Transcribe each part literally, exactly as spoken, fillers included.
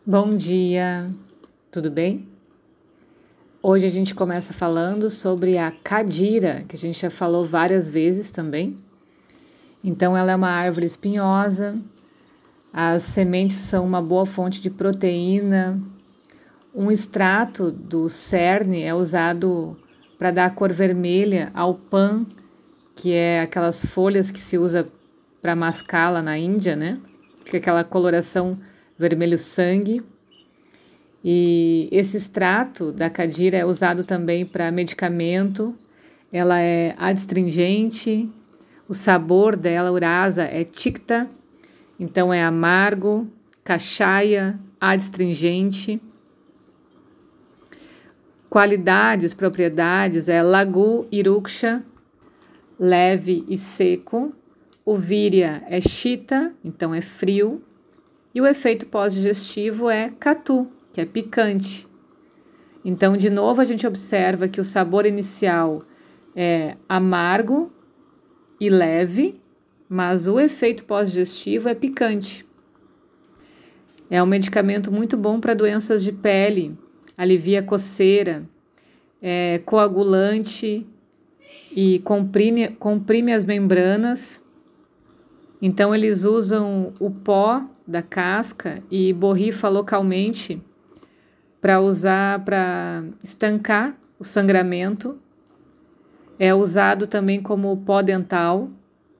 Bom dia, tudo bem? Hoje a gente começa falando sobre a cadira, que a gente já falou várias vezes também. Então, ela é uma árvore espinhosa, as sementes são uma boa fonte de proteína. Um extrato do cerne é usado para dar a cor vermelha ao pan, que é aquelas folhas que se usa para mascar lá na Índia, né? Fica aquela coloração vermelho sangue. E esse extrato da cadira é usado também para medicamento, ela é adstringente, o sabor dela, urasa, é ticta, então é amargo, cachaia, adstringente. Qualidades, propriedades, é lagu iruksha, leve e seco. O víria é chita, então é frio. E o efeito pós-digestivo é katu, que é picante. Então, de novo, a gente observa que o sabor inicial é amargo e leve, mas o efeito pós-digestivo é picante. É um medicamento muito bom para doenças de pele, alivia a coceira, é coagulante e comprime, comprime as membranas. Então, eles usam o pó da casca e borrifa localmente para usar para estancar o sangramento. É usado também como pó dental.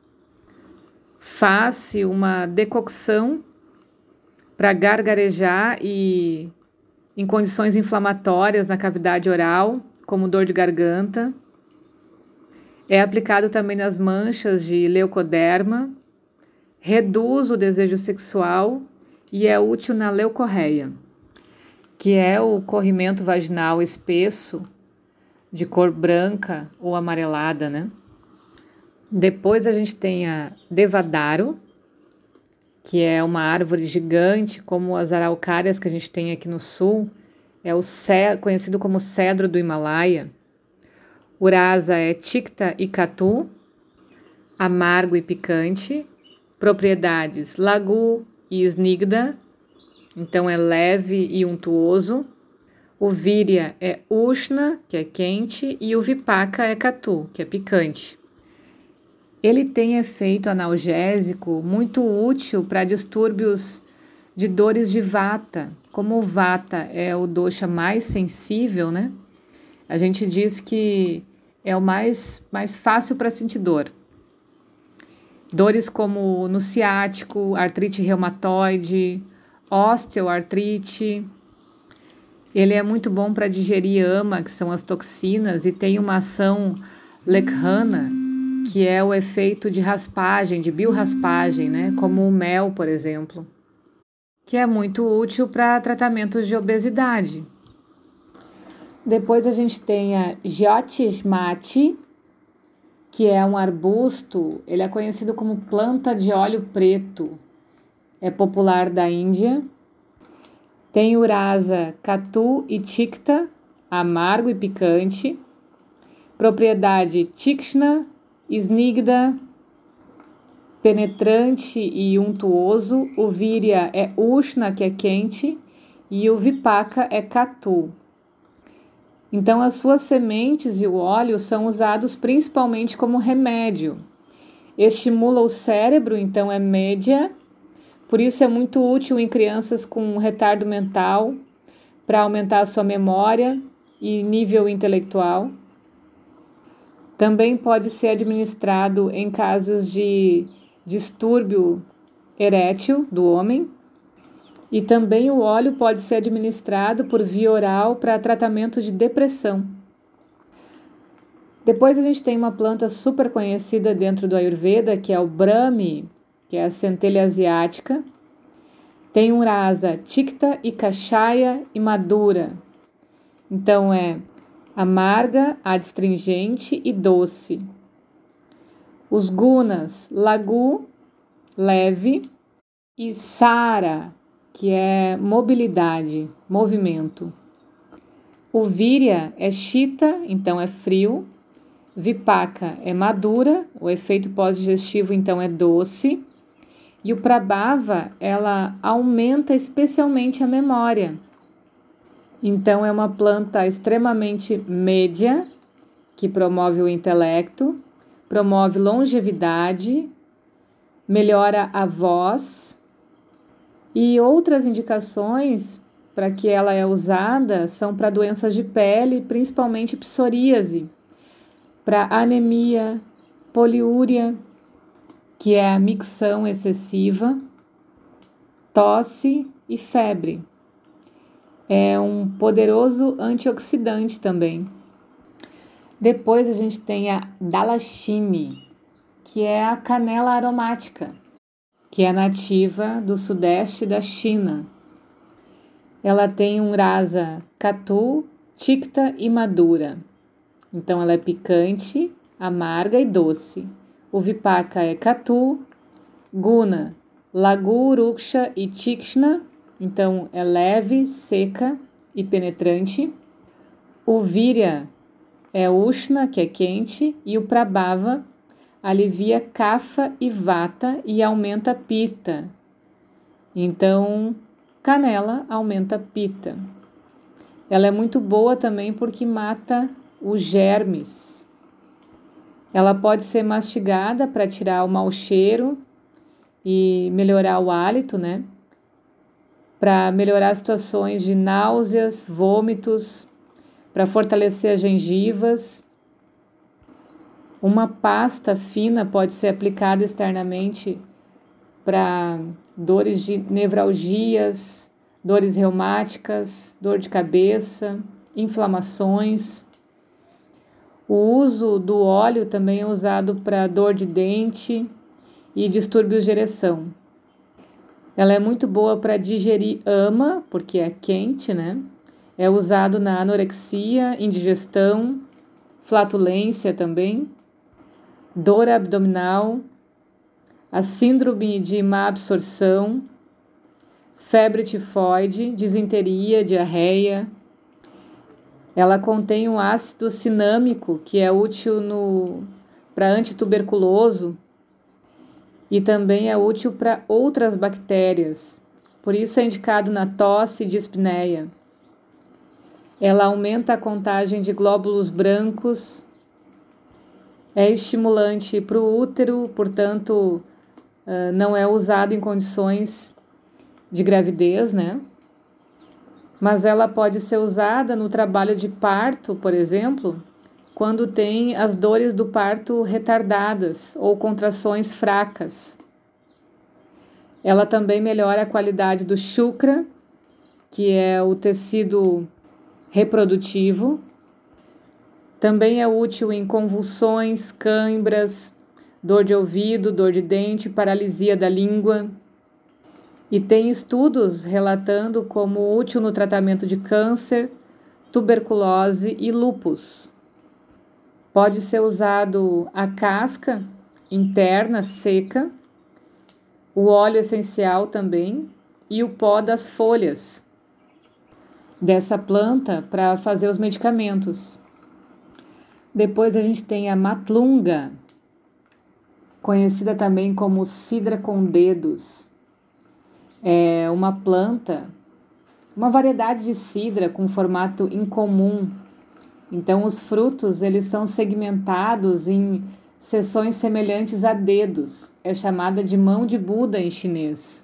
Faz-se uma decocção para gargarejar e em condições inflamatórias na cavidade oral, como dor de garganta. É aplicado também nas manchas de leucoderma, reduz o desejo sexual e é útil na leucorreia, que é o corrimento vaginal espesso, de cor branca ou amarelada, né? Depois a gente tem a Devadaru, que é uma árvore gigante, como as araucárias que a gente tem aqui no sul, é o cedro, conhecido como cedro do Himalaia. Urasa é ticta e katu, amargo e picante. Propriedades lagu e snigda, então é leve e untuoso. O víria é ushna, que é quente, e o vipaka é katu, que é picante. Ele tem efeito analgésico muito útil para distúrbios de dores de vata. Como o vata é o dosha mais sensível, né? A gente diz que é o mais, mais fácil para sentir dor. Dores como no ciático, artrite reumatoide, osteoartrite. Ele é muito bom para digerir ama, que são as toxinas, e tem uma ação lekhana, que é o efeito de raspagem, de biorraspagem, né? Como o mel, por exemplo, que é muito útil para tratamentos de obesidade. Depois a gente tem a Jyotismati, que é um arbusto, ele é conhecido como planta de óleo preto, é popular da Índia. Tem urasa, katu e ticta, amargo e picante. Propriedade tikshna, snigda, penetrante e untuoso. O víria é ushna, que é quente, e o vipaka é katu. Então, as suas sementes e o óleo são usados principalmente como remédio. Estimula o cérebro, então é média. Por isso é muito útil em crianças com retardo mental, para aumentar a sua memória e nível intelectual. Também pode ser administrado em casos de distúrbio erétil do homem. E também o óleo pode ser administrado por via oral para tratamento de depressão. Depois a gente tem uma planta super conhecida dentro do Ayurveda, que é o Brahmi, que é a centelha asiática. Tem urasa, ticta e cachaia e madura. Então é amarga, adstringente e doce. Os gunas, lagu, leve, e sara, que é mobilidade, movimento. O víria é chita, então é frio. Vipaka é madura, o efeito pós-digestivo então é doce. E o Prabhava, ela aumenta especialmente a memória. Então, é uma planta extremamente média, que promove o intelecto, promove longevidade, melhora a voz. E outras indicações para que ela é usada são para doenças de pele, principalmente psoríase, para anemia, poliúria, que é a micção excessiva, tosse e febre. É um poderoso antioxidante também. Depois a gente tem a Dalachini, que é a canela aromática, que é nativa do sudeste da China. Ela tem um rasa catu, ticta e madura. Então ela é picante, amarga e doce. O vipaka é catu, guna, lagu, ruksha e tikshna. Então é leve, seca e penetrante. O virya é ushna, que é quente, e o prabhava alivia kapha e vata e aumenta pita. Então, canela aumenta pita. Ela é muito boa também porque mata os germes. Ela pode ser mastigada para tirar o mau cheiro e melhorar o hálito, né? Para melhorar situações de náuseas, vômitos, para fortalecer as gengivas. Uma pasta fina pode ser aplicada externamente para dores de nevralgias, dores reumáticas, dor de cabeça, inflamações. O uso do óleo também é usado para dor de dente e distúrbios de ereção. Ela é muito boa para digerir ama, porque é quente, né? É usado na anorexia, indigestão, flatulência também, dor abdominal, a síndrome de má absorção, febre tifoide, disenteria, diarreia. Ela contém um ácido cinâmico que é útil no, para antituberculoso e também é útil para outras bactérias. Por isso é indicado na tosse e dispneia. Ela aumenta a contagem de glóbulos brancos, é estimulante para o útero, portanto, não é usado em condições de gravidez, né? Mas ela pode ser usada no trabalho de parto, por exemplo, quando tem as dores do parto retardadas ou contrações fracas. Ela também melhora a qualidade do shukra, que é o tecido reprodutivo. Também é útil em convulsões, cãibras, dor de ouvido, dor de dente, paralisia da língua. E tem estudos relatando como útil no tratamento de câncer, tuberculose e lúpus. Pode ser usado a casca interna seca, o óleo essencial também e o pó das folhas dessa planta para fazer os medicamentos. Depois a gente tem a matlunga, conhecida também como cidra com dedos. É uma planta, uma variedade de cidra com formato incomum. Então os frutos eles são segmentados em seções semelhantes a dedos. É chamada de mão de Buda em chinês.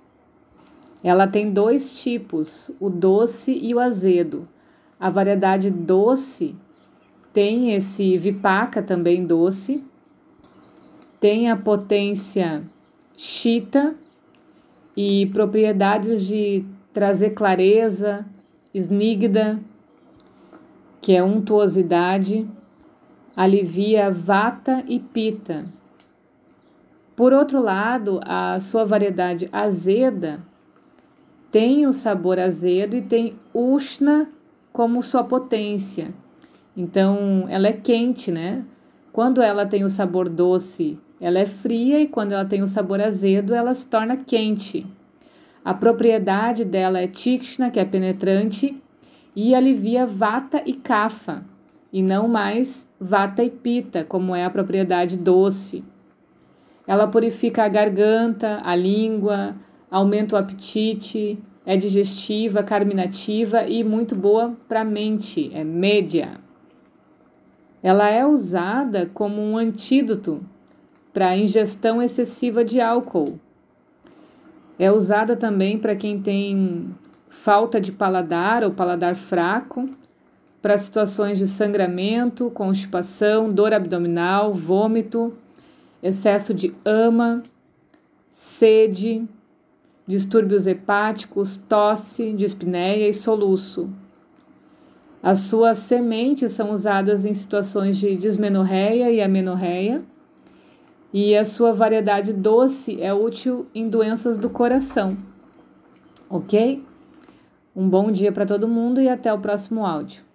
Ela tem dois tipos, o doce e o azedo. A variedade doce tem esse vipaka também doce, tem a potência shita e propriedades de trazer clareza, snigda, que é untuosidade, alivia vata e pita. Por outro lado, a sua variedade azeda tem o sabor azedo e tem ushna como sua potência. Então, ela é quente, né? Quando ela tem o sabor doce, ela é fria e quando ela tem o sabor azedo, ela se torna quente. A propriedade dela é tikshna, que é penetrante, e alivia vata e kapha, e não mais vata e pita, como é a propriedade doce. Ela purifica a garganta, a língua, aumenta o apetite, é digestiva, carminativa e muito boa para a mente, é média. Ela é usada como um antídoto para a ingestão excessiva de álcool. É usada também para quem tem falta de paladar ou paladar fraco, para situações de sangramento, constipação, dor abdominal, vômito, excesso de ama, sede, distúrbios hepáticos, tosse, dispneia e soluço. As suas sementes são usadas em situações de dismenorreia e amenorreia, e a sua variedade doce é útil em doenças do coração. Ok? Um bom dia para todo mundo e até o próximo áudio.